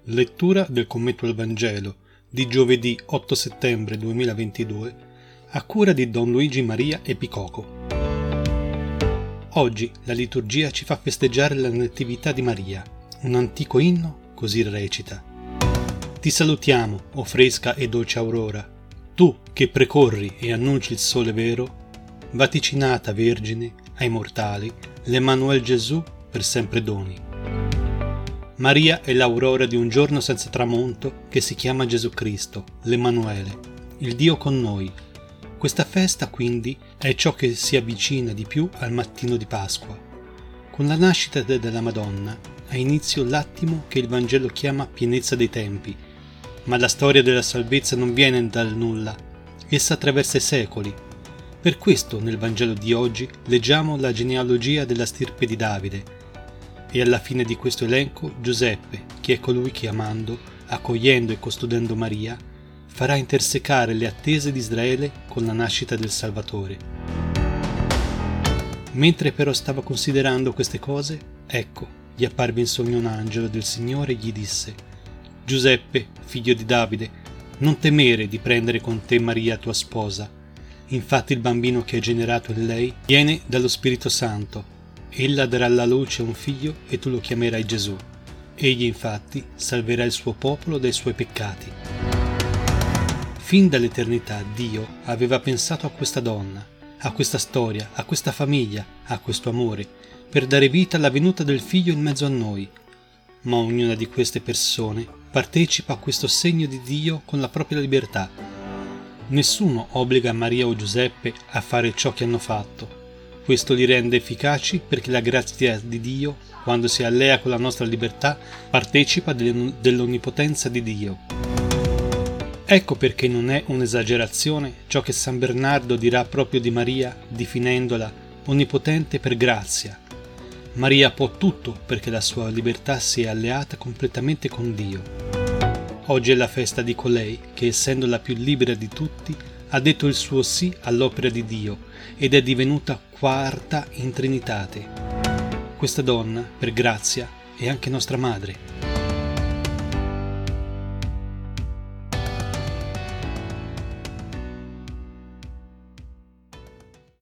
Lettura del commento al Vangelo di giovedì 8 settembre 2022 a cura di Don Luigi Maria Epicoco. Oggi la liturgia ci fa festeggiare la Natività di Maria. Un antico inno così recita: Ti salutiamo, o fresca e dolce aurora, tu che precorri e annunci il sole vero, vaticinata Vergine ai mortali, l'Emanuel Gesù per sempre doni. Maria è l'aurora di un giorno senza tramonto che si chiama Gesù Cristo, l'Emanuele, il Dio con noi. Questa festa quindi è ciò che si avvicina di più al mattino di Pasqua. Con la nascita della Madonna ha inizio l'attimo che il Vangelo chiama pienezza dei tempi, ma la storia della salvezza non viene dal nulla, essa attraversa i secoli. Per questo nel Vangelo di oggi leggiamo la genealogia della stirpe di Davide, e alla fine di questo elenco Giuseppe, che è colui che amando, accogliendo e custodendo Maria, farà intersecare le attese di Israele con la nascita del Salvatore. Mentre però stava considerando queste cose, ecco, gli apparve in sogno un angelo del Signore e gli disse: Giuseppe, figlio di Davide, non temere di prendere con te Maria tua sposa. Infatti il bambino che è generato in lei viene dallo Spirito Santo. Ella darà alla luce un figlio e tu lo chiamerai Gesù. Egli infatti salverà il suo popolo dai suoi peccati. Fin dall'eternità Dio aveva pensato a questa donna, a questa storia, a questa famiglia, a questo amore, per dare vita alla venuta del figlio in mezzo a noi. Ma ognuna di queste persone partecipa a questo segno di Dio con la propria libertà. Nessuno obbliga Maria o Giuseppe a fare ciò che hanno fatto. Questo li rende efficaci perché la grazia di Dio, quando si allea con la nostra libertà, partecipa dell'onnipotenza di Dio. Ecco perché non è un'esagerazione ciò che San Bernardo dirà proprio di Maria, definendola onnipotente per grazia. Maria può tutto perché la sua libertà si è alleata completamente con Dio. Oggi è la festa di colei che, essendo la più libera di tutti, ha detto il suo sì all'opera di Dio ed è divenuta quarta in Trinitate. Questa donna, per grazia, è anche nostra madre.